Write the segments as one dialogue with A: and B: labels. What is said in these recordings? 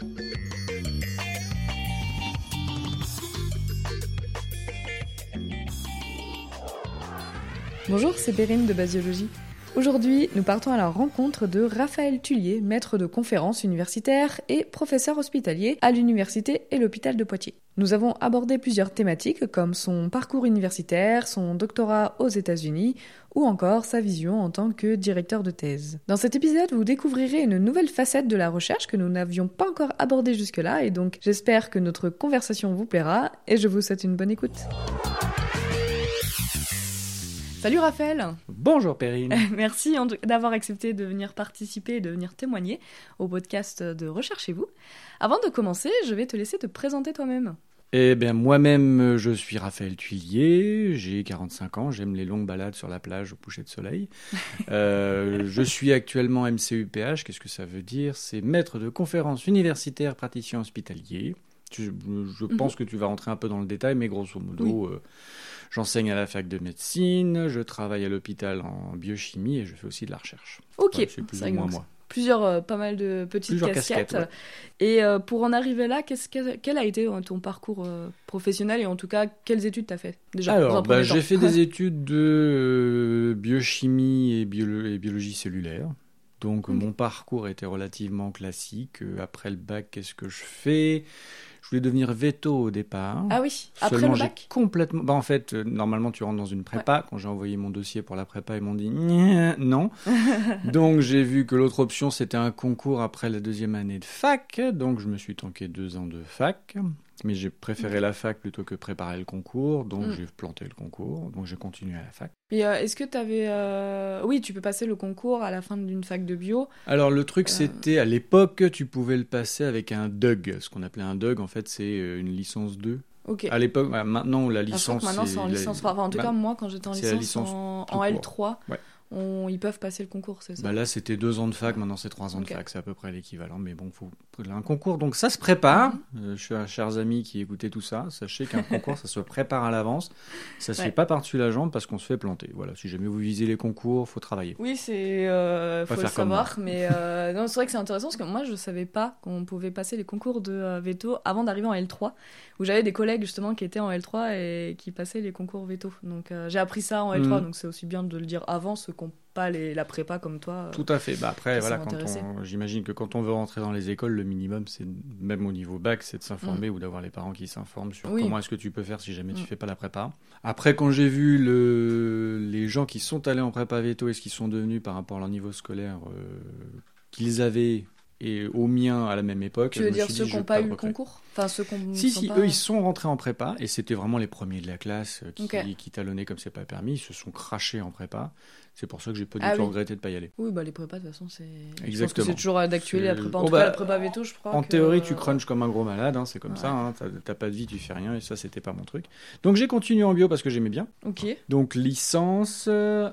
A: Bonjour, c'est Perrine de Basiologie. Aujourd'hui, nous partons à la rencontre de Raphaël Tullier, maître de conférences universitaire et professeur hospitalier à l'université et l'hôpital de Poitiers. Nous avons abordé plusieurs thématiques comme son parcours universitaire, son doctorat aux États-Unis ou encore sa vision en tant que directeur de thèse. Dans cet épisode, vous découvrirez une nouvelle facette de la recherche que nous n'avions pas encore abordée jusque-là et donc j'espère que notre conversation vous plaira et je vous souhaite une bonne écoute. Salut Raphaël.
B: Bonjour Perrine.
A: Merci d'avoir accepté de venir participer et de venir témoigner au podcast de Recherchez-vous. Avant de commencer, je vais te laisser te présenter toi-même.
B: Eh bien, moi-même, je suis Raphaël Tullier, j'ai 45 ans, j'aime les longues balades sur la plage au coucher de soleil. Je suis actuellement MCUPH, qu'est-ce que ça veut dire ? C'est maître de conférences universitaires praticien hospitalier. Je pense que tu vas rentrer un peu dans le détail, mais grosso modo, j'enseigne à la fac de médecine, je travaille à l'hôpital en biochimie et je fais aussi de la recherche.
A: Ok,
B: voilà, c'est plus ou moins moi.
A: Pas mal de petites casquettes.
B: Ouais.
A: Et pour en arriver là, quel a été ton parcours professionnel et en tout cas, quelles études t'as fait déjà?
B: Alors, j'ai fait des études de biochimie et biologie cellulaire. Donc, mon parcours était relativement classique. Après le bac, qu'est-ce que je fais ? Je voulais devenir veto au départ.
A: Ah oui, après
B: Seulement,
A: le bac
B: j'ai complètement... en fait, normalement, tu rentres dans une prépa. Ouais. Quand j'ai envoyé mon dossier pour la prépa, ils m'ont dit non. Donc, j'ai vu que l'autre option, c'était un concours après la deuxième année de fac. Donc, je me suis tanké 2 ans de fac. Mais j'ai préféré la fac plutôt que préparer le concours. Donc, j'ai planté le concours. Donc, j'ai continué à la fac.
A: Et est-ce que tu avais... Oui, tu peux passer le concours à la fin d'une fac de bio.
B: Alors, le truc, c'était, à l'époque, tu pouvais le passer avec un DUG. Ce qu'on appelait un DUG, en fait, c'est une licence 2.
A: Okay.
B: À l'époque, maintenant, la licence...
A: Maintenant, c'est en licence 3. Enfin, en tout cas, moi, quand j'étais en licence en L3... Ouais. Ils peuvent passer le concours, c'est ça ?
B: Là, c'était 2 ans de fac, maintenant c'est 3 ans de fac, c'est à peu près l'équivalent, mais bon, il faut un concours, donc ça se prépare. Chers amis qui écoutaient tout ça, sachez qu'un concours, ça se prépare à l'avance, ça se fait pas par-dessus la jambe parce qu'on se fait planter. Voilà, si jamais vous visez les concours, faut travailler.
A: Oui, faut le savoir, mais non, c'est vrai que c'est intéressant parce que moi, je savais pas qu'on pouvait passer les concours de veto avant d'arriver en L3, où j'avais des collègues justement qui étaient en L3 et qui passaient les concours veto. Donc j'ai appris ça en L3, donc c'est aussi bien de le dire avant, ceux qui n'ont pas la prépa comme toi.
B: Tout à fait. Après, voilà, j'imagine que quand on veut rentrer dans les écoles, le minimum, c'est même au niveau bac, c'est de s'informer ou d'avoir les parents qui s'informent sur comment est-ce que tu peux faire si jamais tu fais pas la prépa. Après, quand j'ai vu les gens qui sont allés en prépa veto et ce qu'ils sont devenus par rapport à leur niveau scolaire qu'ils avaient et au mien à la même époque.
A: Tu veux dire ceux qui n'ont pas eu le concours ? Enfin, ceux qui
B: Si, eux, ils sont rentrés en prépa, et c'était vraiment les premiers de la classe qui talonnaient comme c'est pas permis, ils se sont crachés en prépa. C'est pour ça que j'ai pas du tout regretté de pas y aller.
A: Oui, les prépas, de toute façon, c'est...
B: Exactement.
A: Je pense que c'est toujours d'actualité, la prépa. En tout cas, la prépa veto, je crois
B: En théorie, tu crunches comme un gros malade, c'est comme ça, t'as pas de vie, tu fais rien, et ça, c'était pas mon truc. Donc, j'ai continué en bio parce que j'aimais bien.
A: Ok.
B: Donc, licence...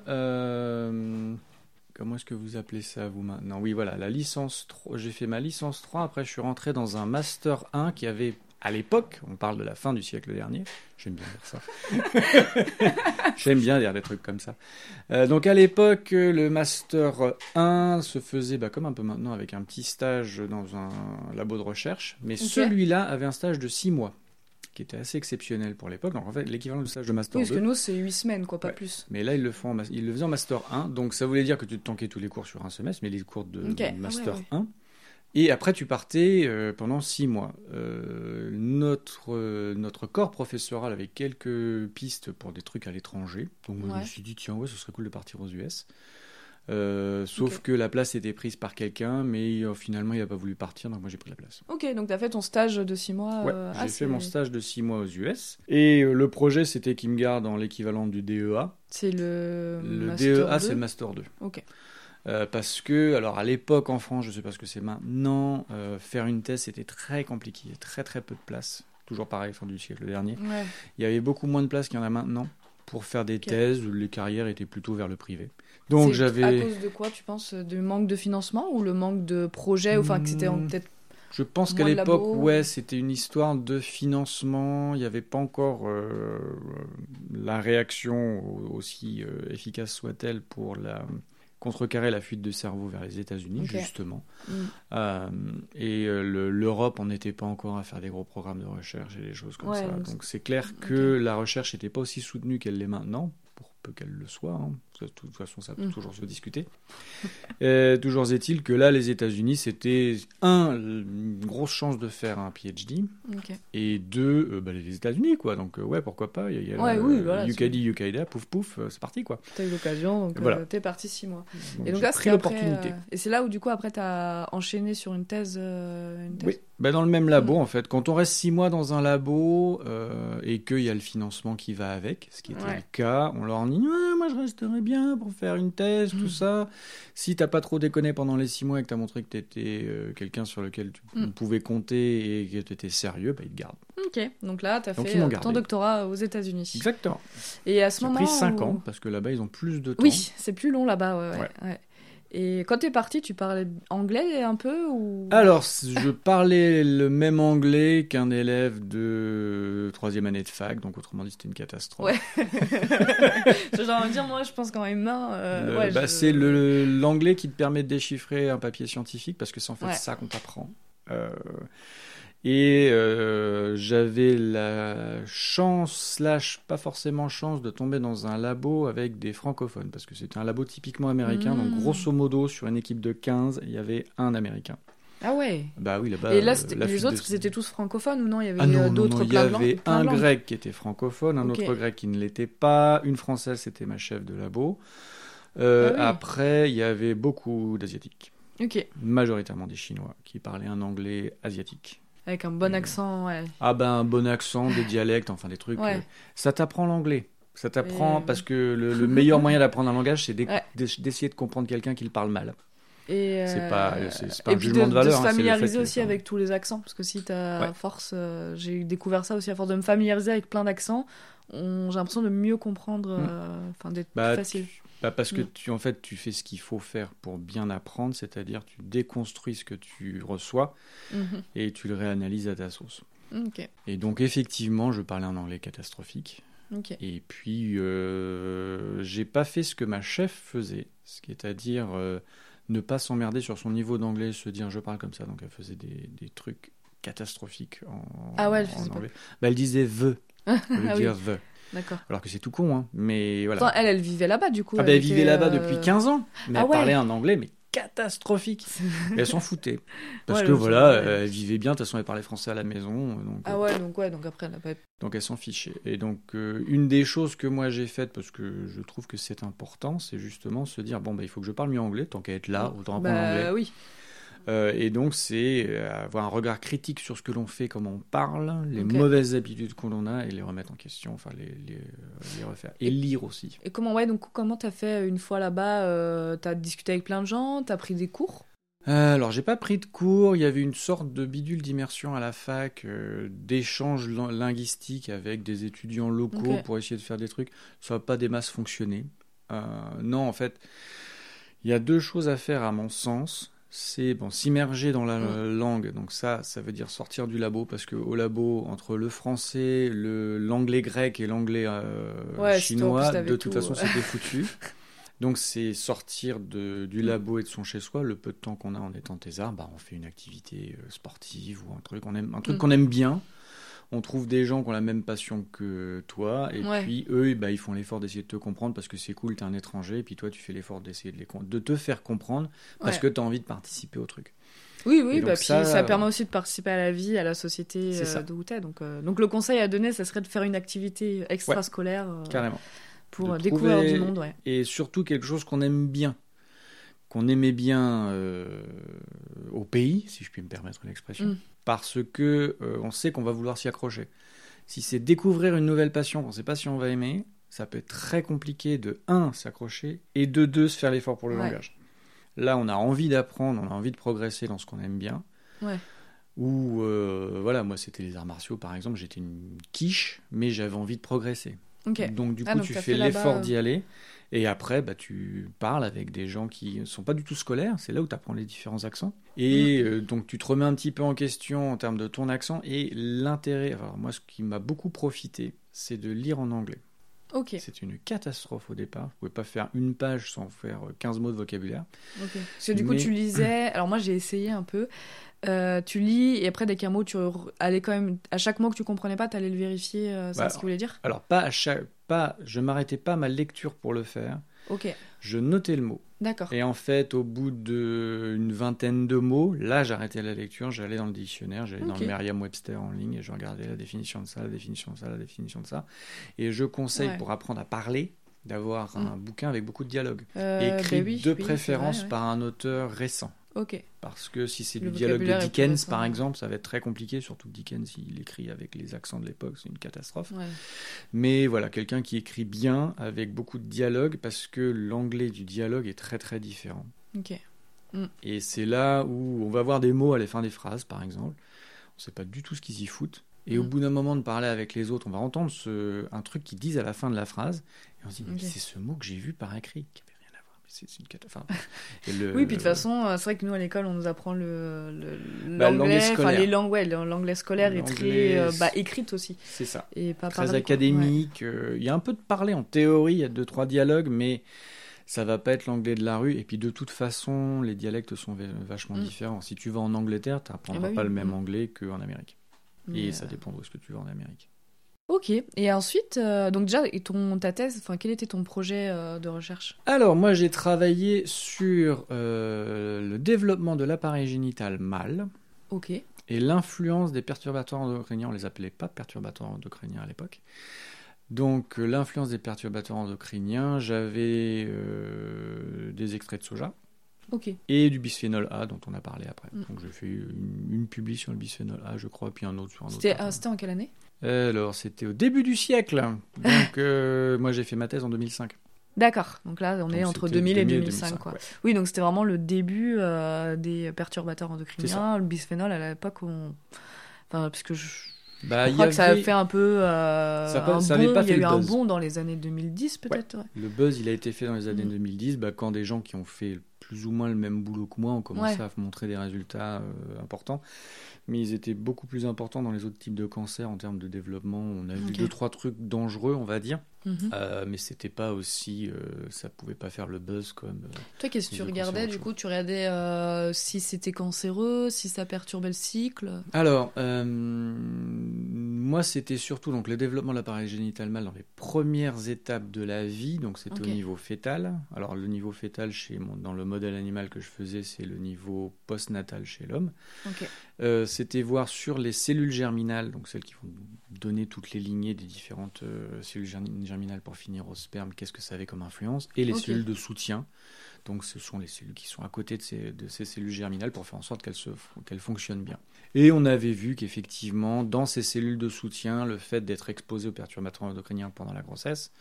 B: Comment est-ce que vous appelez ça, vous, maintenant ? Oui, voilà, la licence 3. J'ai fait ma licence 3. Après, je suis rentré dans un Master 1 qui avait, à l'époque, on parle de la fin du siècle dernier. J'aime bien dire ça. J'aime bien dire des trucs comme ça. Donc, à l'époque, le Master 1 se faisait comme un peu maintenant, avec un petit stage dans un labo de recherche. Mais celui-là avait un stage de 6 mois. Qui était assez exceptionnel pour l'époque. Donc en fait, l'équivalent du stage de Master 2.
A: Oui, parce que nous, c'est 8 semaines, pas plus.
B: Mais là, ils le faisaient en Master 1. Donc ça voulait dire que tu te tankais tous les cours sur un semestre, mais les cours de Master 1. Et après, tu partais pendant 6 mois. Notre corps professoral avait quelques pistes pour des trucs à l'étranger. Donc moi, je me suis dit, tiens, ce serait cool de partir aux US. Sauf que la place était prise par quelqu'un, mais finalement il n'a pas voulu partir, donc moi j'ai pris la place.
A: Ok, donc tu as fait ton stage de 6 mois.
B: J'ai fait mon stage de 6 mois aux US. Et le projet c'était qu'il me garde en l'équivalent du DEA.
A: C'est le
B: Master 2. C'est le Master 2.
A: Ok.
B: Parce que, alors à l'époque en France, je ne sais pas ce que c'est maintenant, faire une thèse c'était très compliqué, très très peu de place. Toujours pareil, fin du siècle dernier.
A: Ouais. Il
B: y avait beaucoup moins de place qu'il y en a maintenant pour faire des thèses où les carrières étaient plutôt vers le privé. Donc j'avais...
A: À cause de quoi, tu penses ? Du manque de financement ou le manque de projet, enfin que c'était peut-être...
B: Je pense qu'à l'époque, c'était une histoire de financement. Il n'y avait pas encore la réaction, aussi efficace soit-elle, pour contrecarrer la fuite de cerveau vers les États-Unis,
A: Ok.
B: justement. L'Europe, on n'était pas encore à faire des gros programmes de recherche et des choses comme
A: Ouais,
B: ça. Donc c'est clair que la recherche n'était pas aussi soutenue qu'elle l'est maintenant, pour peu qu'elle le soit. Hein. De toute façon, ça peut toujours se discuter. Toujours est-il que là, les États-Unis, c'était une grosse chance de faire un PhD, et deux, les États-Unis, quoi. Donc pourquoi pas. Il y a
A: voilà,
B: UKD, UKIDA, pouf pouf, c'est parti, quoi.
A: T'as eu l'occasion, donc
B: Voilà.
A: t'es parti 6 mois.
B: Donc,
A: Et donc
B: j'ai
A: là,
B: pris
A: c'était
B: l'opportunité.
A: après, et c'est là où du coup après t'as enchaîné sur une thèse.
B: Oui, dans le même labo en fait. Quand on reste 6 mois dans un labo et qu'il y a le financement qui va avec, ce qui était le cas, on leur dit moi je resterai bien pour faire une thèse, tout ça. Si t'as pas trop déconné pendant les 6 mois et que t'as montré que t'étais quelqu'un sur lequel tu pouvais compter et que t'étais sérieux, ils te gardent.
A: Ok, donc là t'as
B: Donc,
A: fait
B: ils m'ont gardé.
A: ton doctorat aux États-Unis.
B: Exactement.
A: Et à ce
B: Ça a
A: moment,
B: pris 5 ans parce que là-bas ils ont plus de temps.
A: Oui, c'est plus long là-bas. Ouais. Et quand t'es parti, tu parlais anglais un peu ou...
B: Alors, je parlais le même anglais qu'un élève de 3e année de fac, donc autrement dit, c'était une catastrophe.
A: Ouais. J'ai envie de dire, moi, je pense qu'en M1...
B: C'est l'anglais qui te permet de déchiffrer un papier scientifique, parce que c'est en fait ça qu'on t'apprend. J'avais la chance, / pas forcément chance, de tomber dans un labo avec des francophones, parce que c'était un labo typiquement américain, donc grosso modo, sur une équipe de 15, il y avait un américain.
A: Ah ouais.
B: Bah oui, là-bas.
A: Et là, les autres, ils étaient tous francophones ou non? Il y avait d'autres
B: non, il y avait un grec qui était francophone, un autre grec qui ne l'était pas, une française, c'était ma chef de labo. Après, il y avait beaucoup d'asiatiques. Majoritairement des Chinois qui parlaient un anglais asiatique.
A: Avec un bon accent,
B: un bon accent, des dialectes, enfin des trucs. Ça t'apprend l'anglais. Ça t'apprend parce que le meilleur moyen d'apprendre un langage, c'est d'essayer de comprendre quelqu'un qui le parle mal.
A: Et
B: c'est pas un jugement de valeur.
A: De se familiariser aussi avec tous les accents, parce que si à force, j'ai découvert ça aussi à force de me familiariser avec plein d'accents, j'ai l'impression de mieux comprendre, d'être plus facile.
B: Parce que tu fais ce qu'il faut faire pour bien apprendre, c'est-à-dire tu déconstruis ce que tu reçois et tu le réanalyses à ta sauce. Et donc effectivement, je parlais un anglais catastrophique. Et puis j'ai pas fait ce que ma chef faisait, c'est-à-dire ne pas s'emmerder sur son niveau d'anglais, se dire je parle comme ça. Donc elle faisait des trucs catastrophiques en anglais. Elle disait the au lieu de dire the.
A: D'accord.
B: Alors que c'est tout con, hein. Mais voilà.
A: Attends, elle vivait là-bas, du coup.
B: Elle vivait là-bas depuis 15 ans. Mais elle parlait un anglais, mais catastrophique. Mais elle s'en foutait. Parce que elle vivait bien. De toute façon, elle parlait français à la maison. Donc,
A: donc après, elle n'a pas...
B: Donc elle s'en fichait. Et donc, une des choses que moi j'ai faites, parce que je trouve que c'est important, c'est justement se dire, il faut que je parle mieux anglais, tant qu'à être là, autant apprendre l'anglais.
A: Oui.
B: Et donc, c'est avoir un regard critique sur ce que l'on fait, comment on parle, les mauvaises habitudes qu'on a et les remettre en question, les refaire. Et lire aussi.
A: Et comment t'as fait une fois là-bas? T'as discuté avec plein de gens? T'as pris des cours?
B: Alors, j'ai pas pris de cours. Il y avait une sorte de bidule d'immersion à la fac, d'échange linguistique avec des étudiants locaux pour essayer de faire des trucs. Ça n'a pas des masses fonctionné. Non, en fait, il y a 2 choses à faire à mon sens. C'est s'immerger dans la langue, donc ça veut dire sortir du labo, parce qu'au labo, entre le français, l'anglais grec et l'anglais chinois, de toute façon c'était foutu. Donc c'est sortir du labo et de son chez-soi, le peu de temps qu'on a en étant thésard, on fait une activité sportive ou un truc qu'on aime bien. On trouve des gens qui ont la même passion que toi, et puis eux, ils font l'effort d'essayer de te comprendre parce que c'est cool, t'es un étranger, et puis toi, tu fais l'effort d'essayer de te faire comprendre parce que t'as envie de participer au truc.
A: Oui, puis ça permet aussi de participer à la vie, à la société d'où t'es. Donc le conseil à donner, ça serait de faire une activité extrascolaire
B: carrément.
A: Pour découvrir du monde.
B: Et surtout quelque chose qu'on aime bien. Qu'on aimait bien au pays, si je puis me permettre l'expression, parce que on sait qu'on va vouloir s'y accrocher. Si c'est découvrir une nouvelle passion qu'on ne sait pas si on va aimer, ça peut être très compliqué de 1, s'accrocher, et de 2, se faire l'effort pour le langage. Là, on a envie d'apprendre, on a envie de progresser dans ce qu'on aime bien. Ou, moi, c'était les arts martiaux, par exemple, j'étais une quiche, mais j'avais envie de progresser. Donc, du coup, tu fais l'effort d'y aller. Et après, tu parles avec des gens qui ne sont pas du tout scolaires. C'est là où tu apprends les différents accents. Et donc, tu te remets un petit peu en question en termes de ton accent. Et l'intérêt... Alors, moi, ce qui m'a beaucoup profité, c'est de lire en anglais.
A: Ok.
B: C'est une catastrophe au départ. Je pouvais pas faire une page sans faire 15 mots de vocabulaire.
A: Ok. Parce que du coup, tu lisais. Alors moi, j'ai essayé un peu. Tu lis et après, dès qu'un mot, tu allais quand même. À chaque mot que tu comprenais pas, tu allais le vérifier, savoir ce qu'il voulait dire.
B: Alors, je m'arrêtais pas à ma lecture pour le faire.
A: Ok.
B: Je notais le mot.
A: D'accord.
B: Et en fait, au bout d'une vingtaine de mots, là, j'arrêtais la lecture, j'allais dans le dictionnaire, j'allais dans le Merriam-Webster en ligne et je regardais la définition de ça, la définition de ça, la définition de ça. Et je conseille, pour apprendre à parler, d'avoir un bouquin avec beaucoup de dialogues. Écrit de préférence par un auteur récent.
A: Ok.
B: Parce que si c'est du dialogue de Dickens, par exemple, ça va être très compliqué, surtout Dickens, il écrit avec les accents de l'époque, c'est une catastrophe. Ouais. Mais voilà, quelqu'un qui écrit bien, avec beaucoup de dialogue, parce que l'anglais du dialogue est très très différent.
A: Ok.
B: Et c'est là où on va avoir des mots à la fin des phrases, par exemple. On ne sait pas du tout ce qu'ils y foutent. Et au bout d'un moment de parler avec les autres, on va entendre un truc qu'ils disent à la fin de la phrase, et on se dit, mais c'est ce mot que j'ai vu par écrit. C'est une catastrophe.
A: Oui, puis de toute façon, c'est vrai que nous à l'école, on nous apprend l'anglais scolaire. Les langues, l'anglais scolaire est très écrite aussi.
B: C'est ça.
A: Et pas
B: très académique. Il y a un peu de parler en théorie, il y a 2-3 dialogues, mais ça va pas être l'anglais de la rue. Et puis de toute façon, les dialectes sont vachement différents. Si tu vas en Angleterre, tu n'apprendras pas le même anglais qu'en Amérique. Et ça dépend de ce que tu vas en Amérique.
A: Ok, et ensuite, donc déjà, ta thèse, quel était ton projet de recherche ?
B: Alors, moi, j'ai travaillé sur le développement de l'appareil génital mâle.
A: Ok.
B: Et l'influence des perturbateurs endocriniens. On les appelait pas perturbateurs endocriniens à l'époque. Donc, l'influence des perturbateurs endocriniens, j'avais des extraits de soja.
A: Okay.
B: Et du bisphénol A dont on a parlé après. Donc j'ai fait une publi sur le bisphénol A, je crois, puis un autre sur un autre.
A: C'était en quelle année ?
B: Alors c'était au début du siècle. Donc moi j'ai fait ma thèse en 2005.
A: D'accord, donc là on est entre 2000 et 2005 quoi. Ouais. Oui, donc c'était vraiment le début des perturbateurs endocriniens, le bisphénol à l'époque parce que je crois que ça a fait un peu il y a eu un bond dans les années 2010 peut-être. Ouais.
B: Le buzz il a été fait dans les années 2010 quand des gens qui ont fait plus ou moins le même boulot que moi ont commencé à montrer des résultats importants, mais ils étaient beaucoup plus importants dans les autres types de cancers en termes de développement. On a vu 2-3 trucs dangereux on va dire, mais c'était pas aussi ça pouvait pas faire le buzz comme
A: toi qu'est-ce que tu regardais du coup? Tu regardais si c'était cancéreux, si ça perturbait le cycle?
B: Alors moi c'était surtout donc le développement de l'appareil génital mâle dans les premières étapes de la vie, donc c'était au niveau fœtal. Alors le niveau fœtal dans le modèle animal que je faisais, c'est le niveau postnatal chez l'homme. C'était voir sur les cellules germinales, donc celles qui vont donner toutes les lignées des différentes cellules germinales pour finir au sperme, qu'est-ce que ça avait comme influence, et les cellules de soutien. Donc ce sont les cellules qui sont à côté de ces cellules germinales pour faire en sorte qu'elles fonctionnent bien. Et on avait vu qu'effectivement, dans ces cellules de soutien, le fait d'être exposé aux perturbateurs endocriniens pendant la grossesse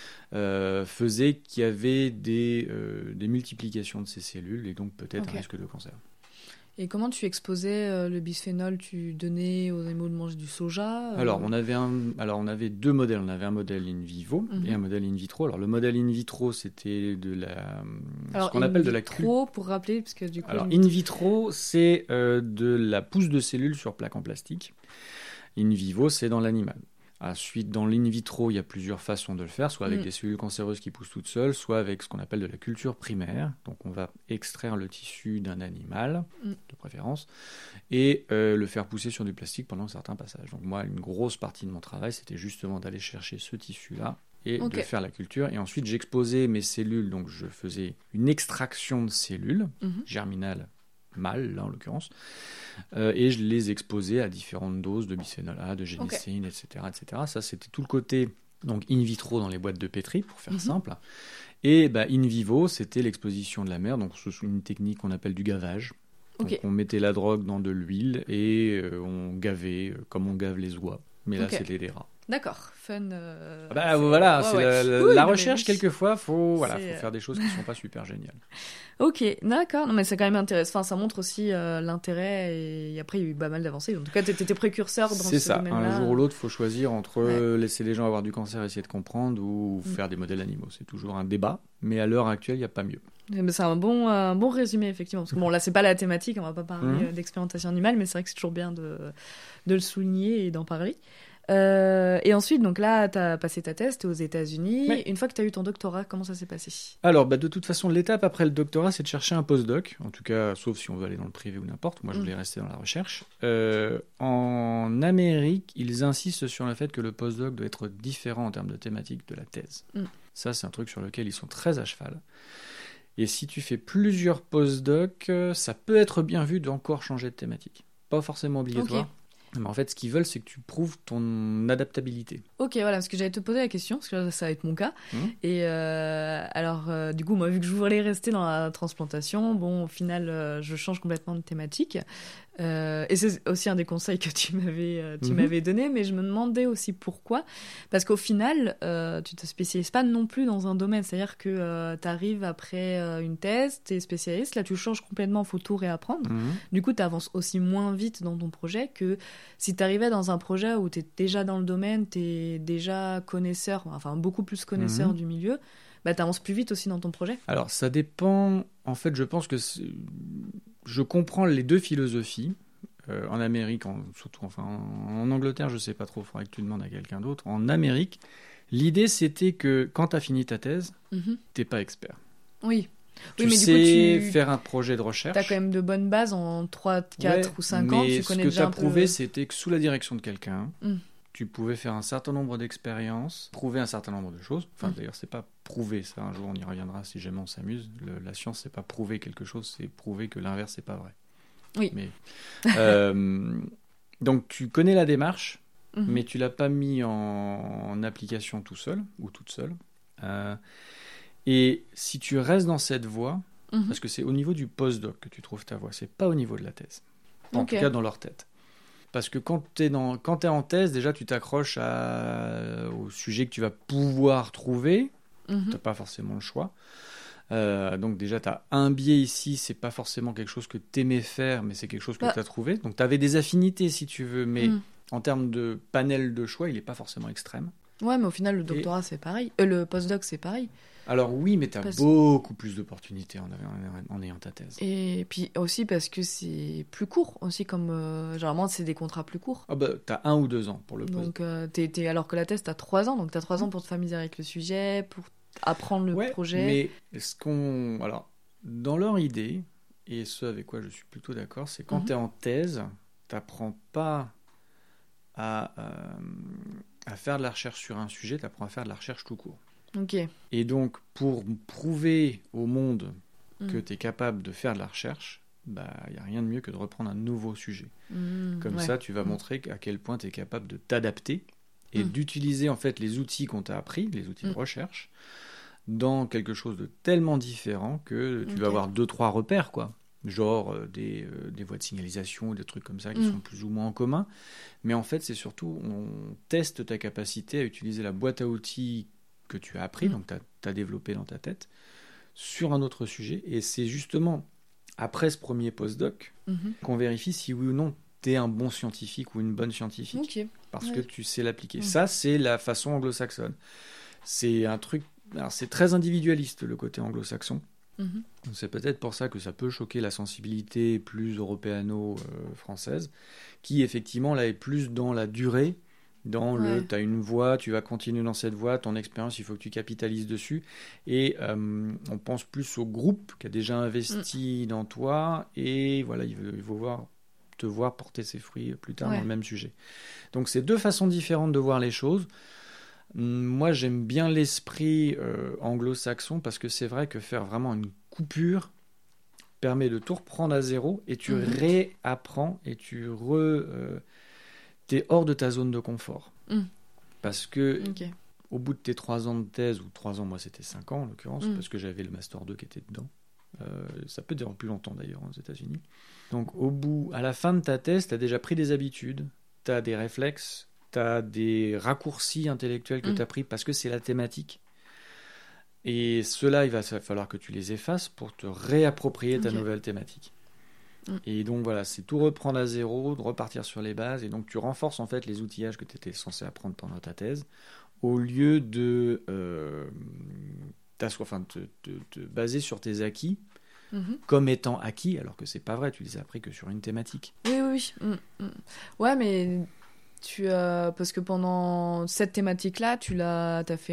B: faisait qu'il y avait des multiplications de ces cellules et donc peut-être un risque de cancer.
A: Et comment tu exposais le bisphénol? Tu donnais aux animaux de manger du soja
B: Alors, on avait deux modèles. On avait un modèle in vivo et un modèle in vitro. Alors, le modèle in vitro, c'était ce qu'on appelle de la
A: culture. Pour rappeler, parce que du coup.
B: Alors, in vitro, c'est de la pousse de cellules sur plaque en plastique. In vivo, c'est dans l'animal. Ensuite, dans l'in vitro, il y a plusieurs façons de le faire, soit avec des cellules cancéreuses qui poussent toutes seules, soit avec ce qu'on appelle de la culture primaire. Donc, on va extraire le tissu d'un animal, de préférence, et le faire pousser sur du plastique pendant certains passages. Donc, moi, une grosse partie de mon travail, c'était justement d'aller chercher ce tissu-là et de faire la culture. Et ensuite, j'exposais mes cellules, donc je faisais une extraction de cellules germinales, mâles, là en l'occurrence, et je les exposais à différentes doses de bisphénol A, de génicine, etc., etc. Ça, c'était tout le côté donc in vitro dans les boîtes de pétri, pour faire simple. Et in vivo, c'était l'exposition de la mère, donc c'est une technique qu'on appelle du gavage. Donc, on mettait la drogue dans de l'huile et on gavait comme on gave les oies, mais là, c'était des rats.
A: D'accord, fun.
B: Voilà, la recherche, quelquefois, faut faire des choses qui ne sont pas super géniales.
A: Ok, d'accord. Non, mais c'est quand même intéressant. Enfin, ça montre aussi l'intérêt. Et après, il y a eu pas mal d'avancées. En tout cas, tu étais précurseur dans ce domaine-là.
B: C'est ça. Un jour ou l'autre, il faut choisir entre laisser les gens avoir du cancer et essayer de comprendre ou faire des modèles animaux. C'est toujours un débat. Mais à l'heure actuelle, il n'y a pas mieux.
A: C'est un bon résumé, effectivement. Parce que bon, là, c'est pas la thématique. On va pas parler d'expérimentation animale. Mais c'est vrai que c'est toujours bien de le souligner et d'en parler. Et ensuite, donc là, tu as passé ta thèse, tu es aux États-Unis.
B: Ouais.
A: Une fois que tu as eu ton doctorat, comment ça s'est passé?
B: Alors, de toute façon, l'étape après le doctorat, c'est de chercher un postdoc. En tout cas, sauf si on veut aller dans le privé ou n'importe. Moi, je voulais rester dans la recherche. En Amérique, ils insistent sur le fait que le postdoc doit être différent en termes de thématique de la thèse. Ça, c'est un truc sur lequel ils sont très à cheval. Et si tu fais plusieurs postdocs, ça peut être bien vu d'encore changer de thématique. Pas forcément obligatoire.
A: Ok.
B: Mais en fait, ce qu'ils veulent, c'est que tu prouves ton adaptabilité.
A: Ok, voilà, parce que j'allais te poser la question, parce que ça va être mon cas. Et alors, du coup, moi, vu que je voulais rester dans la transplantation, bon, au final, je change complètement de thématique. Et c'est aussi un des conseils que tu m'avais donné, mais je me demandais aussi pourquoi. Parce qu'au final, tu te spécialises pas non plus dans un domaine. C'est-à-dire que tu arrives après une thèse, tu es spécialiste, là tu changes complètement, faut tout réapprendre. Du coup, tu avances aussi moins vite dans ton projet que si tu arrivais dans un projet où tu es déjà dans le domaine, tu es déjà connaisseur, enfin beaucoup plus connaisseur du milieu, bah, tu avances plus vite aussi dans ton projet.
B: Alors, ça dépend. En fait, je pense que je comprends les deux philosophies. En Amérique, surtout, enfin, en Angleterre, je sais pas trop, il faudrait que tu demandes à quelqu'un d'autre. En Amérique, l'idée, c'était que quand tu as fini ta thèse, t'es pas expert.
A: Oui.
B: Tu
A: mais
B: sais
A: du coup,
B: faire un projet de recherche.
A: Tu as quand même de bonnes bases en 3, 4 ou 5 ans. Tu connais déjà un peu...
B: Mais ce que tu as prouvé, c'était que sous la direction de quelqu'un, tu pouvais faire un certain nombre d'expériences, prouver un certain nombre de choses. Enfin, d'ailleurs, c'est pas prouver ça. Un jour, on y reviendra si jamais on s'amuse. La science, c'est pas prouver quelque chose, c'est prouver que l'inverse, c'est pas vrai.
A: Oui.
B: Mais, donc, tu connais la démarche, mais tu l'as pas mis en application tout seul ou toute seule. Et si tu restes dans cette voie, parce que c'est au niveau du postdoc que tu trouves ta voie, c'est pas au niveau de la thèse. En tout cas, dans leur tête. Parce que quand tu es en thèse, déjà, tu t'accroches au sujet que tu vas pouvoir trouver. Tu n'as pas forcément le choix. Donc déjà, tu as un biais ici, c'est pas forcément quelque chose que tu aimais faire, mais c'est quelque chose que tu as trouvé. Donc tu avais des affinités, si tu veux, mais en termes de panel de choix, il n'est pas forcément extrême.
A: Ouais, mais au final, le doctorat, c'est pareil. Le postdoc, c'est pareil.
B: Alors oui, mais tu as beaucoup plus d'opportunités en ayant ta thèse.
A: Et puis aussi parce que c'est plus court, aussi comme... généralement, c'est des contrats plus courts.
B: Ah bah, tu as 1 ou 2 ans pour le
A: postdoc. Donc, alors que la thèse, tu as 3 ans. Donc, tu as 3 ans pour te familiariser avec le sujet, pour apprendre le projet.
B: Mais alors, dans leur idée, et ce avec quoi je suis plutôt d'accord, c'est quand tu es en thèse, tu n'apprends pas à faire de la recherche sur un sujet, tu apprends à faire de la recherche tout court.
A: Ok.
B: Et donc, pour prouver au monde que tu es capable de faire de la recherche, bah, y a rien de mieux que de reprendre un nouveau sujet. Comme ça, tu vas montrer à quel point tu es capable de t'adapter et d'utiliser en fait les outils qu'on t'a appris, les outils de recherche, dans quelque chose de tellement différent que tu vas avoir 2-3 repères, quoi. Genre des voies de signalisation, des trucs comme ça qui sont plus ou moins en commun. Mais en fait, c'est surtout, on teste ta capacité à utiliser la boîte à outils que tu as appris, donc tu as développé dans ta tête, sur un autre sujet. Et c'est justement après ce premier postdoc qu'on vérifie si oui ou non tu es un bon scientifique ou une bonne scientifique. Parce que tu sais l'appliquer. Ça, c'est la façon anglo-saxonne. C'est un truc... Alors, c'est très individualiste, le côté anglo-saxon. C'est peut-être pour ça que ça peut choquer la sensibilité plus européano-française, qui effectivement là est plus dans la durée, dans tu as une voie, tu vas continuer dans cette voie, ton expérience, il faut que tu capitalises dessus. Et on pense plus au groupe qui a déjà investi dans toi, et voilà, il faut te voir porter ses fruits plus tard dans le même sujet. Donc c'est 2 façons différentes de voir les choses. Moi, j'aime bien l'esprit anglo-saxon parce que c'est vrai que faire vraiment une coupure permet de tout reprendre à zéro et tu réapprends et t'es hors de ta zone de confort. Parce que au bout de tes 3 ans de thèse, ou 3 ans, moi c'était 5 ans en l'occurrence, parce que j'avais le Master 2 qui était dedans. Ça peut durer plus longtemps d'ailleurs aux États-Unis. Donc à la fin de ta thèse, tu as déjà pris des habitudes, tu as des réflexes, tu as des raccourcis intellectuels que tu as pris parce que c'est la thématique. Et cela, il va falloir que tu les effaces pour te réapproprier ta nouvelle thématique. Et donc voilà, c'est tout reprendre à zéro, de repartir sur les bases. Et donc tu renforces en fait les outillages que tu étais censé apprendre pendant ta thèse, au lieu de te baser sur tes acquis comme étant acquis, alors que c'est pas vrai, tu les as appris que sur une thématique.
A: Oui. Ouais, mais Parce que pendant cette thématique-là, t'as fait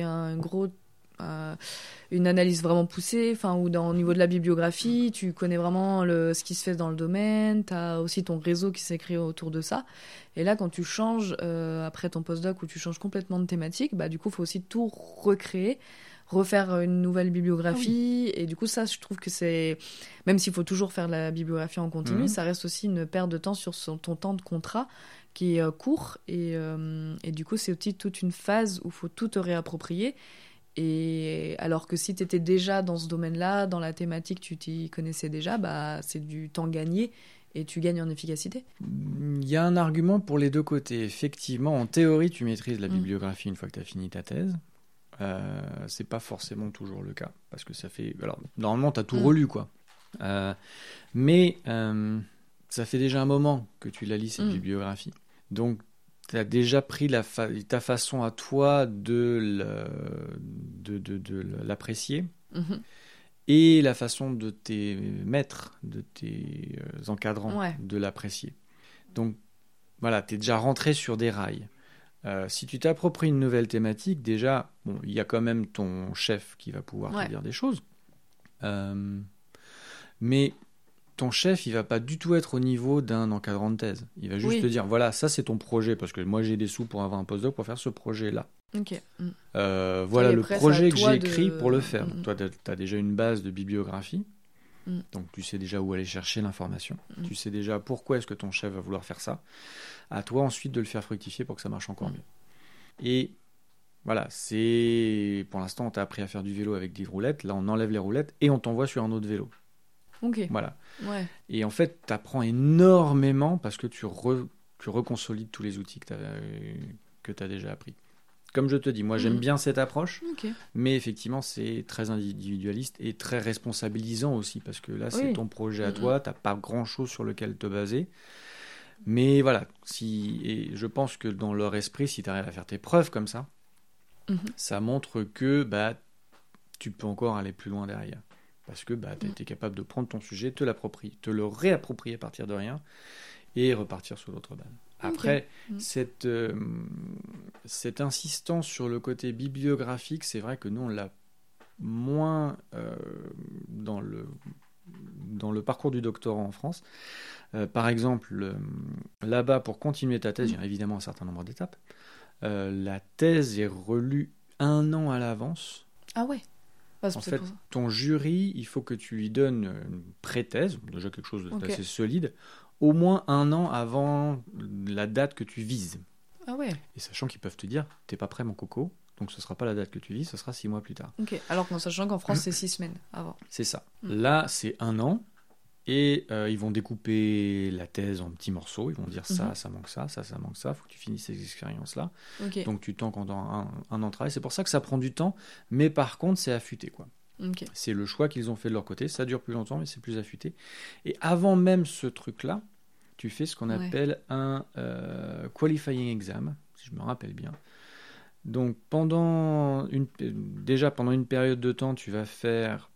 A: une analyse vraiment poussée, ou au niveau de la bibliographie, tu connais vraiment ce qui se fait dans le domaine, tu as aussi ton réseau qui s'est créé autour de ça. Et là, quand tu changes, après ton postdoc, où tu changes complètement de thématique, du coup, il faut aussi tout recréer, refaire une nouvelle bibliographie. Et du coup, ça, je trouve que c'est... Même s'il faut toujours faire de la bibliographie en continu, ça reste aussi une perte de temps sur ton temps de contrat qui est court. Et du coup, c'est aussi toute une phase où il faut tout te réapproprier. Et alors que si tu étais déjà dans ce domaine-là, dans la thématique, tu t'y connaissais déjà, c'est du temps gagné et tu gagnes en efficacité.
B: Il y a un argument pour les deux côtés. Effectivement, en théorie, tu maîtrises la bibliographie une fois que tu as fini ta thèse. C'est pas forcément toujours le cas. Parce que ça fait... Alors, normalement, tu as tout relu, quoi. Mais ça fait déjà un moment que tu la lis, cette bibliographie. Donc, tu as déjà pris ta façon à toi de l'apprécier et la façon de tes maîtres, de tes encadrants de l'apprécier. Donc voilà, tu es déjà rentré sur des rails. Si tu t'appropries une nouvelle thématique, déjà, il y a quand même ton chef qui va pouvoir te dire des choses. Mais ton chef, il va pas du tout être au niveau d'un encadrant de thèse. Il va juste te dire, voilà, ça c'est ton projet, parce que moi j'ai des sous pour avoir un postdoc pour faire ce projet-là.
A: Okay.
B: Voilà le projet que j'ai écrit pour le faire. Toi, tu as déjà une base de bibliographie, donc tu sais déjà où aller chercher l'information. Tu sais déjà pourquoi est-ce que ton chef va vouloir faire ça. À toi ensuite de le faire fructifier pour que ça marche encore mieux. Et voilà, pour l'instant, on t'a appris à faire du vélo avec des roulettes. Là, on enlève les roulettes et on t'envoie sur un autre vélo.
A: Ok.
B: Voilà.
A: Ouais.
B: Et en fait, tu apprends énormément parce que tu reconsolides tous les outils que tu as déjà appris. Comme je te dis, moi j'aime bien cette approche, mais effectivement c'est très individualiste et très responsabilisant aussi parce que là c'est ton projet à toi, tu n'as pas grand-chose sur lequel te baser. Mais voilà, et je pense que dans leur esprit, si tu arrives à faire tes preuves comme ça, ça montre que tu peux encore aller plus loin derrière. Parce que tu as été capable de prendre ton sujet, te le réapproprier à partir de rien et repartir sur l'autre base. Après, cette insistance sur le côté bibliographique, c'est vrai que nous, on l'a moins dans le parcours du doctorat en France. Par exemple, là-bas, pour continuer ta thèse, il y a évidemment un certain nombre d'étapes. La thèse est relue 1 an à l'avance.
A: Ah ouais.
B: En fait, ton jury, il faut que tu lui donnes une pré-thèse, déjà quelque chose d'assez solide, au moins 1 an avant la date que tu vises.
A: Ah ouais.
B: Et sachant qu'ils peuvent te dire, t'es pas prêt mon coco, donc ce sera pas la date que tu vises, ce sera 6 mois plus tard.
A: Ok. Alors qu'en sachant qu'en France, c'est 6 semaines avant.
B: C'est ça. Là, c'est 1 an. Et ils vont découper la thèse en petits morceaux. Ils vont dire ça manque ça manque ça. Il faut que tu finisses ces expériences-là. Donc tu t'en comptes un an de travail. C'est pour ça que ça prend du temps. Mais par contre, c'est affûté, quoi. C'est le choix qu'ils ont fait de leur côté. Ça dure plus longtemps, mais c'est plus affûté. Et avant même ce truc-là, tu fais ce qu'on appelle un qualifying exam, si je me rappelle bien. Donc pendant une période de temps, tu vas faire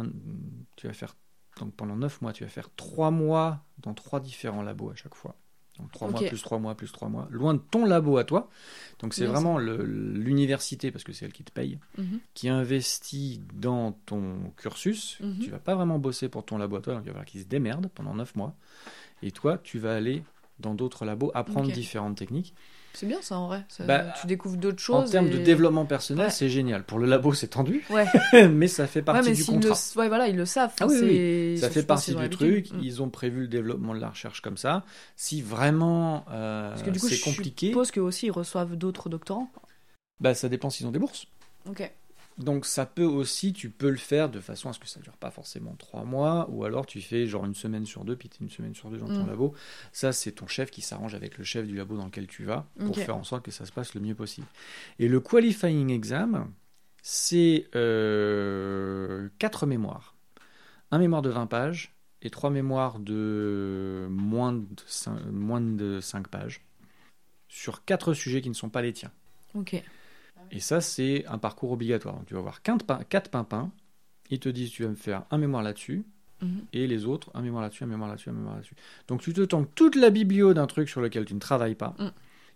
B: donc pendant 9 mois, tu vas faire 3 mois dans 3 différents labos à chaque fois. Donc 3 mois plus 3 mois plus 3 mois, loin de ton labo à toi. Donc c'est vraiment l'université, parce que c'est elle qui te paye, qui investit dans ton cursus. Tu vas pas vraiment bosser pour ton labo à toi, donc il va falloir qu'ils se démerdent pendant 9 mois. Et toi, tu vas aller dans d'autres labos, apprendre différentes techniques.
A: C'est bien ça en vrai, tu découvres d'autres choses.
B: En termes de développement personnel, c'est génial. Pour le labo, c'est tendu, mais ça fait partie du contrat.
A: Ils le savent.
B: Oui. Ça fait partie du truc. Ils ont prévu le développement de la recherche comme ça. Si vraiment
A: parce que du coup,
B: c'est compliqué...
A: Je suppose qu'eux aussi, ils reçoivent d'autres doctorants.
B: Ça dépend s'ils ont des bourses.
A: Ok.
B: Donc ça peut aussi, tu peux le faire de façon à ce que ça ne dure pas forcément 3 mois, ou alors tu fais genre 1 semaine sur 2, puis tu es 1 semaine sur 2 dans ton labo. Ça, c'est ton chef qui s'arrange avec le chef du labo dans lequel tu vas, pour faire en sorte que ça se passe le mieux possible. Et le qualifying exam, c'est 4 mémoires. Un mémoire de 20 pages et 3 mémoires de moins de 5 pages, sur 4 sujets qui ne sont pas les tiens.
A: Ok.
B: Et ça, c'est un parcours obligatoire. Donc, tu vas avoir 4 pimpins. Ils te disent, tu vas me faire un mémoire là-dessus. Et les autres, un mémoire là-dessus, un mémoire là-dessus, un mémoire là-dessus. Donc, tu te tanques toute la biblio d'un truc sur lequel tu ne travailles pas.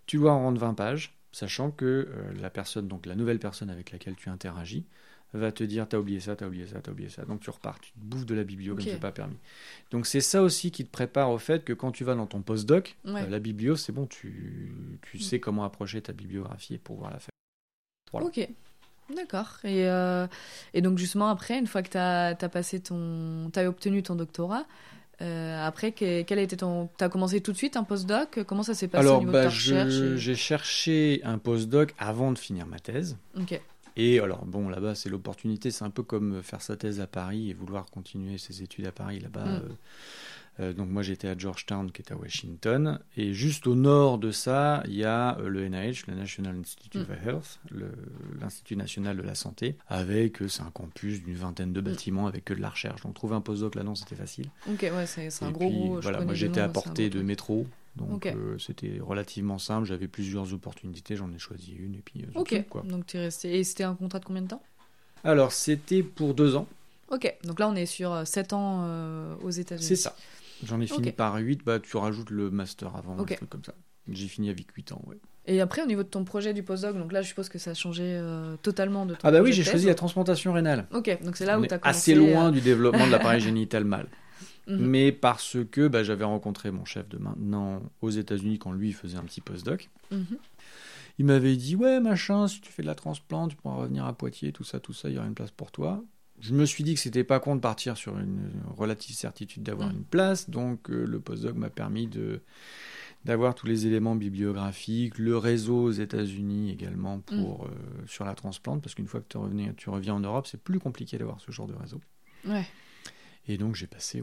B: Tu dois en rendre 20 pages, sachant que la nouvelle personne avec laquelle tu interagis va te dire t'as oublié ça, t'as oublié ça, t'as oublié ça. Donc tu repars, tu te bouffes de la biblio comme c'est pas permis. Donc c'est ça aussi qui te prépare au fait que quand tu vas dans ton postdoc, la biblio, c'est bon, tu sais comment approcher ta bibliographie et pouvoir la faire. Voilà.
A: Ok, d'accord. Et donc justement après, une fois que t'as obtenu ton doctorat, après, quel a été t'as commencé tout de suite un postdoc? Comment ça s'est passé au niveau de ta recherche
B: j'ai cherché un postdoc avant de finir ma thèse.
A: Ok.
B: Et alors, bon, là-bas, c'est l'opportunité. C'est un peu comme faire sa thèse à Paris et vouloir continuer ses études à Paris, là-bas. Donc, moi, j'étais à Georgetown, qui est à Washington. Et juste au nord de ça, il y a le NIH, le National Institute of Health, l'Institut national de la santé, avec, c'est un campus d'une vingtaine de bâtiments avec que de la recherche. Donc, trouver un postdoc là-dedans, c'était facile.
A: Ok, ouais, c'est un gros...
B: Puis, voilà, moi, j'étais à portée de métro. Donc c'était relativement simple, j'avais plusieurs opportunités, j'en ai choisi une et puis
A: tout, quoi. Donc tu es resté. Et c'était un contrat de combien de temps?
B: Alors c'était pour 2 ans.
A: Ok, donc là on est sur 7 ans aux États-Unis.
B: C'est ça, j'en ai fini par 8, tu rajoutes le master avant, un truc comme ça. J'ai fini avec 8 ans, ouais.
A: Et après au niveau de ton projet du postdoc, donc là je suppose que ça a changé totalement de ton
B: projet. Ah bah oui,
A: j'ai
B: choisi la transplantation rénale.
A: Ok, donc c'est là où tu as commencé...
B: assez loin du développement de l'appareil génital mâle. Mais parce que j'avais rencontré mon chef de maintenant aux États-Unis quand lui faisait un petit postdoc. Il m'avait dit ouais machin, si tu fais de la transplante, tu pourras revenir à Poitiers, tout ça, il y aura une place pour toi. Je me suis dit que c'était pas con de partir sur une relative certitude d'avoir une place, donc le postdoc m'a permis d'avoir tous les éléments bibliographiques, le réseau aux États-Unis également pour sur la transplante, parce qu'une fois que tu reviens en Europe, c'est plus compliqué d'avoir ce genre de réseau.
A: Ouais.
B: Et donc j'ai passé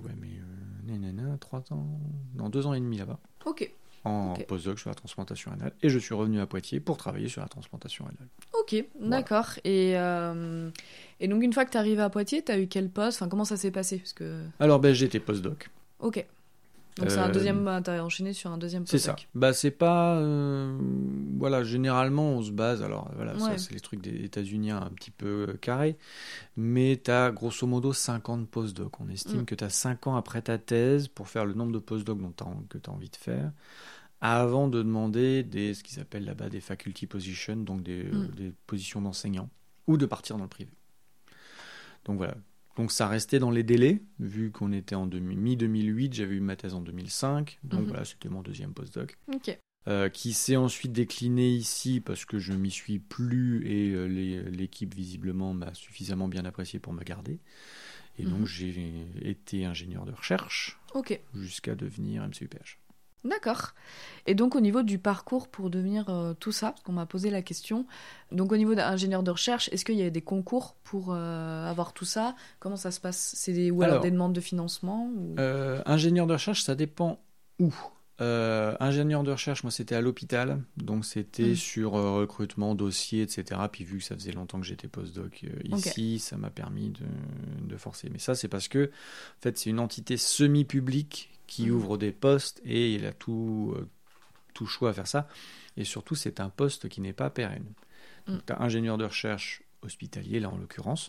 B: 2 ans et demi là-bas. En postdoc sur la transplantation rénale. Et je suis revenu à Poitiers pour travailler sur la transplantation rénale.
A: Ok, d'accord. Et donc une fois que tu es arrivé à Poitiers, tu as eu quel poste? Enfin, comment ça s'est passé? Parce que...
B: Alors j'étais postdoc.
A: Ok. Donc c'est un deuxième, t'as enchaîné sur un deuxième postdoc.
B: C'est ça. C'est pas... généralement on se base, ça c'est les trucs des États-Unis un petit peu carrés, mais t'as grosso modo 50 postdocs. On estime que t'as 5 ans après ta thèse pour faire le nombre de postdocs que t'as envie de faire, avant de demander ce qu'ils appellent là-bas des faculty positions, donc des positions d'enseignant, ou de partir dans le privé. Donc voilà. Donc ça restait dans les délais, vu qu'on était en mi-2008, j'avais eu ma thèse en 2005, donc voilà, c'était mon deuxième postdoc. Qui s'est ensuite décliné ici parce que je m'y suis plus et l'équipe visiblement m'a suffisamment bien apprécié pour me garder. Et donc j'ai été ingénieur de recherche jusqu'à devenir MCUPH.
A: D'accord. Et donc au niveau du parcours pour devenir tout ça, parce qu'on m'a posé la question, donc au niveau d'ingénieur de recherche, est-ce qu'il y a des concours pour avoir tout ça? Comment ça se passe? Alors des demandes de financement ou...
B: Ingénieur de recherche, ça dépend où. Ingénieur de recherche, moi c'était à l'hôpital, donc c'était sur recrutement, dossier, etc. Puis vu que ça faisait longtemps que j'étais postdoc ici, ça m'a permis de forcer. Mais ça c'est parce que en fait, c'est une entité semi-publique qui ouvre des postes et il a tout choix à faire ça. Et surtout, c'est un poste qui n'est pas pérenne. Donc, tu as ingénieur de recherche hospitalier, là en l'occurrence.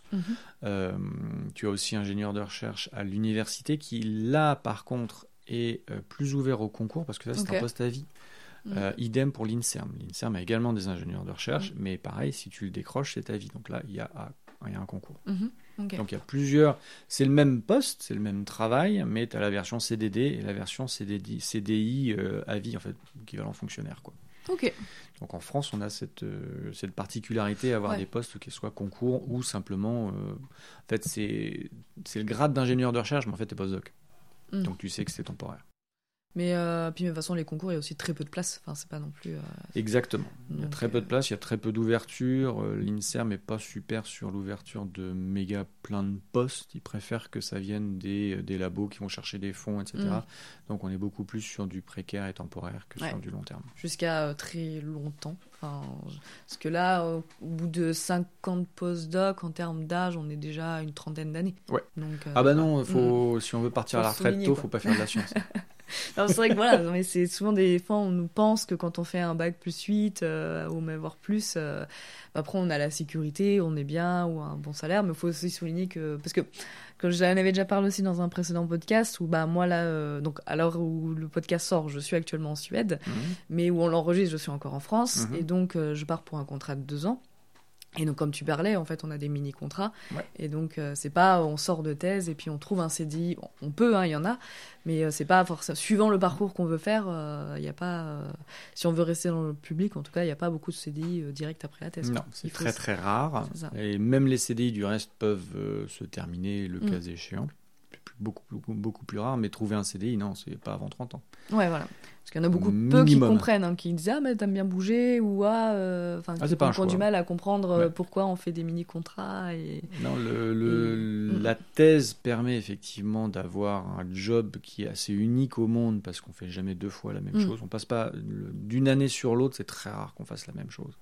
B: Tu as aussi ingénieur de recherche à l'université qui, là, par contre, est plus ouvert au concours parce que ça, c'est un poste à vie. Idem pour l'INSERM. L'INSERM a également des ingénieurs de recherche, mais pareil, si tu le décroches, c'est à vie. Donc là, il y a un concours. Donc il y a plusieurs... C'est le même poste, c'est le même travail, mais tu as la version CDD et la version CDI à vie, en fait, équivalent fonctionnaire, quoi. Donc en France, on a cette particularité à avoir des postes qui soient concours ou simplement... en fait, c'est le grade d'ingénieur de recherche, mais en fait, t'es postdoc. Donc tu sais que c'est temporaire.
A: Mais puis de toute façon, les concours, il y a aussi très peu de place. Enfin, c'est pas non plus...
B: Exactement. Il y a très peu de place, il y a très peu d'ouverture. L'INSERM n'est pas super sur l'ouverture de méga plein de postes. Ils préfèrent que ça vienne des labos qui vont chercher des fonds, etc. Donc on est beaucoup plus sur du précaire et temporaire que sur du long terme.
A: Jusqu'à très longtemps. Enfin, parce que là, au bout de 50 postdocs, en termes d'âge, on est déjà à une 30aine d'années.
B: Ouais.
A: Donc,
B: non, si on veut partir à la retraite tôt, il ne faut pas faire de la science.
A: Alors, c'est vrai que voilà, mais c'est souvent des fois on nous pense que quand on fait un bac +8 ou même voire plus, après on a la sécurité, on est bien ou un bon salaire, mais il faut aussi souligner que parce que comme je l'en avais déjà parlé aussi dans un précédent podcast où moi là donc à l'heure où le podcast sort, je suis actuellement en Suède, mais où on l'enregistre, je suis encore en France et donc je pars pour un contrat de 2 ans. Et donc, comme tu parlais, en fait, on a des mini-contrats. Ouais. Et donc, c'est pas on sort de thèse et puis on trouve un CDI. Bon, on peut, il y en a. Mais c'est pas forcément... Suivant le parcours qu'on veut faire, il n'y a pas... si on veut rester dans le public, en tout cas, il n'y a pas beaucoup de CDI direct après la thèse.
B: Non, c'est très, très rare. Et même les CDI, du reste, peuvent se terminer le cas échéant. Beaucoup plus rare. Mais trouver un CDI, non, c'est pas avant 30 ans.
A: Ouais, voilà. Parce qu'il y en a beaucoup peu qui comprennent, qui disent « Ah, mais t'aimes bien bouger » ou « Ah, qui ont du mal à comprendre pourquoi on fait des mini-contrats. » et...
B: Non, la thèse permet effectivement d'avoir un job qui est assez unique au monde parce qu'on fait jamais 2 fois la même chose. On passe pas d'une année sur l'autre, c'est très rare qu'on fasse la même chose.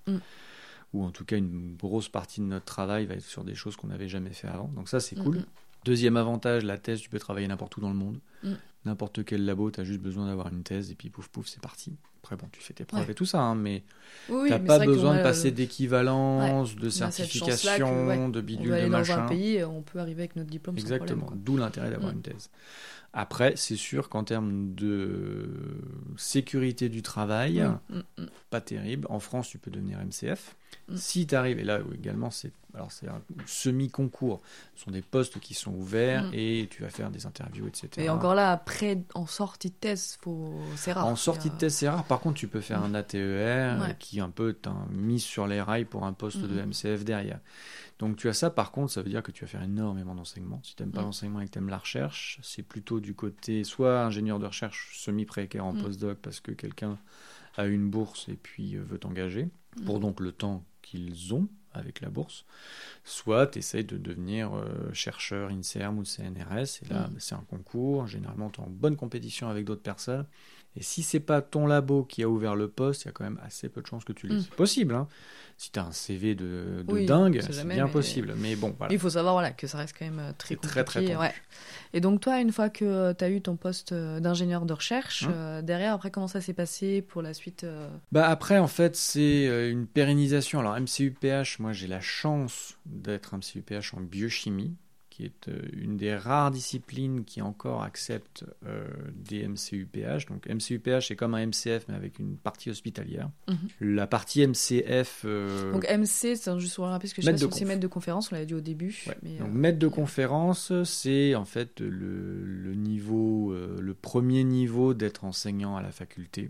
B: Ou en tout cas, une grosse partie de notre travail va être sur des choses qu'on n'avait jamais fait avant. Donc ça, c'est cool. Deuxième avantage, la thèse, tu peux travailler n'importe où dans le monde. N'importe quel labo, tu as juste besoin d'avoir une thèse et puis pouf, c'est parti. Après, bon, tu fais tes preuves et tout ça, mais tu n'as pas besoin de passer d'équivalence, de certification, de bidule, de machin.
A: Dans un pays, on peut arriver avec notre diplôme sans problème.
B: Exactement, d'où l'intérêt d'avoir une thèse. Après, c'est sûr qu'en termes de sécurité du travail, pas terrible. En France, tu peux devenir MCF. Si tu arrives, et là également, c'est un semi-concours. Ce sont des postes qui sont ouverts et tu vas faire des interviews, etc.
A: Et encore là, après, en sortie de thèse, c'est rare.
B: En sortie de thèse, c'est rare. Par contre, tu peux faire un ATER qui un peu t'a mis sur les rails pour un poste de MCF derrière. Donc tu as ça, par contre, ça veut dire que tu vas faire énormément d'enseignement. Si tu n'aimes pas l'enseignement et que tu aimes la recherche, c'est plutôt du côté soit ingénieur de recherche semi-précaire en postdoc parce que quelqu'un a une bourse et puis veut t'engager, pour donc le temps qu'ils ont avec la bourse, soit tu essayes de devenir chercheur INSERM ou CNRS, et là c'est un concours, généralement tu es en bonne compétition avec d'autres personnes, et si c'est pas ton labo qui a ouvert le poste, il y a quand même assez peu de chances que tu l'aies. C'est possible, hein. Si tu as un CV de dingue, c'est bien possible, mais bon, voilà.
A: Il faut savoir que ça reste quand même très compliqué.
B: Très tendu.
A: Et donc toi, une fois que tu as eu ton poste d'ingénieur de recherche, derrière, après, comment ça s'est passé pour la suite
B: Après, en fait, c'est une pérennisation. Alors, MCUPH, moi, j'ai la chance d'être MCUPH en biochimie, qui est une des rares disciplines qui encore accepte des MCUPH. Donc MCUPH, c'est comme un MCF, mais avec une partie hospitalière. La partie MCF...
A: Donc MC, c'est juste pour le rappeler, parce que je sais pas si c'est maître de conférence, on l'avait dit au début. Ouais. Mais,
B: donc maître de conférence, c'est en fait le niveau, le premier niveau d'être enseignant à la faculté.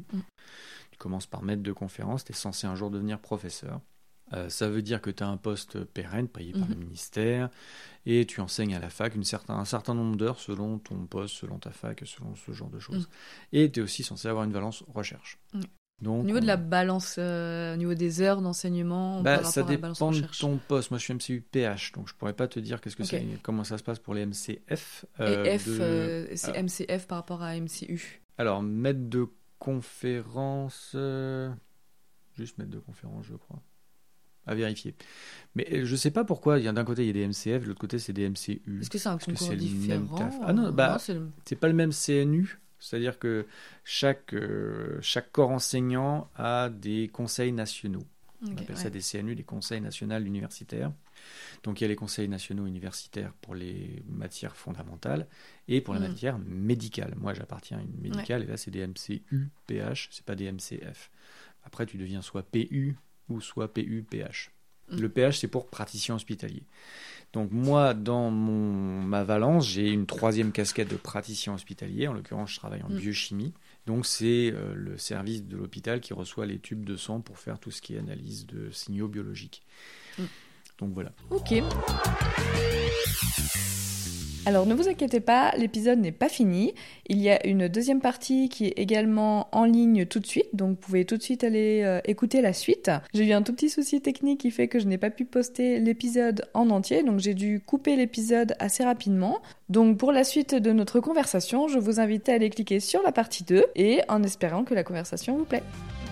B: Tu commences par maître de conférence, tu es censé un jour devenir professeur. Ça veut dire que tu as un poste pérenne payé par le ministère et tu enseignes à la fac un certain nombre d'heures selon ton poste, selon ta fac, selon ce genre de choses. Et tu es aussi censé avoir une balance recherche. Donc,
A: au niveau de la balance, au niveau des heures d'enseignement,
B: ça dépend de ton poste. Moi, je suis MCU-PH, donc je pourrais pas te dire comment ça se passe pour les MCF.
A: Et c'est MCF par rapport à MCU.
B: Alors, maître de conférence... Juste maître de conférence, je crois. À vérifier. Mais je sais pas pourquoi. D'un côté, il y a des MCF, de l'autre côté, c'est des MCU.
A: Est-ce que c'est un concours différent
B: non, c'est pas le même CNU. C'est-à-dire que chaque corps enseignant a des conseils nationaux. On appelle ça des CNU, des conseils nationaux universitaires. Donc, il y a les conseils nationaux universitaires pour les matières fondamentales et pour la matière médicale. Moi, j'appartiens à une médicale et là, c'est des MCU-PH, c'est pas des MCF. Après, tu deviens soit PU ou soit PU-PH. Le PH, c'est pour praticien hospitalier. Donc moi, dans ma valence, j'ai une 3e casquette de praticien hospitalier. En l'occurrence, je travaille en biochimie. Donc c'est le service de l'hôpital qui reçoit les tubes de sang pour faire tout ce qui est analyse de signaux biologiques. Donc voilà.
A: Ok. Alors ne vous inquiétez pas, l'épisode n'est pas fini. Il y a une deuxième partie qui est également en ligne tout de suite, donc vous pouvez tout de suite aller écouter la suite. J'ai eu un tout petit souci technique qui fait que je n'ai pas pu poster l'épisode en entier, donc j'ai dû couper l'épisode assez rapidement. Donc pour la suite de notre conversation, je vous invite à aller cliquer sur la partie 2 et en espérant que la conversation vous plaît.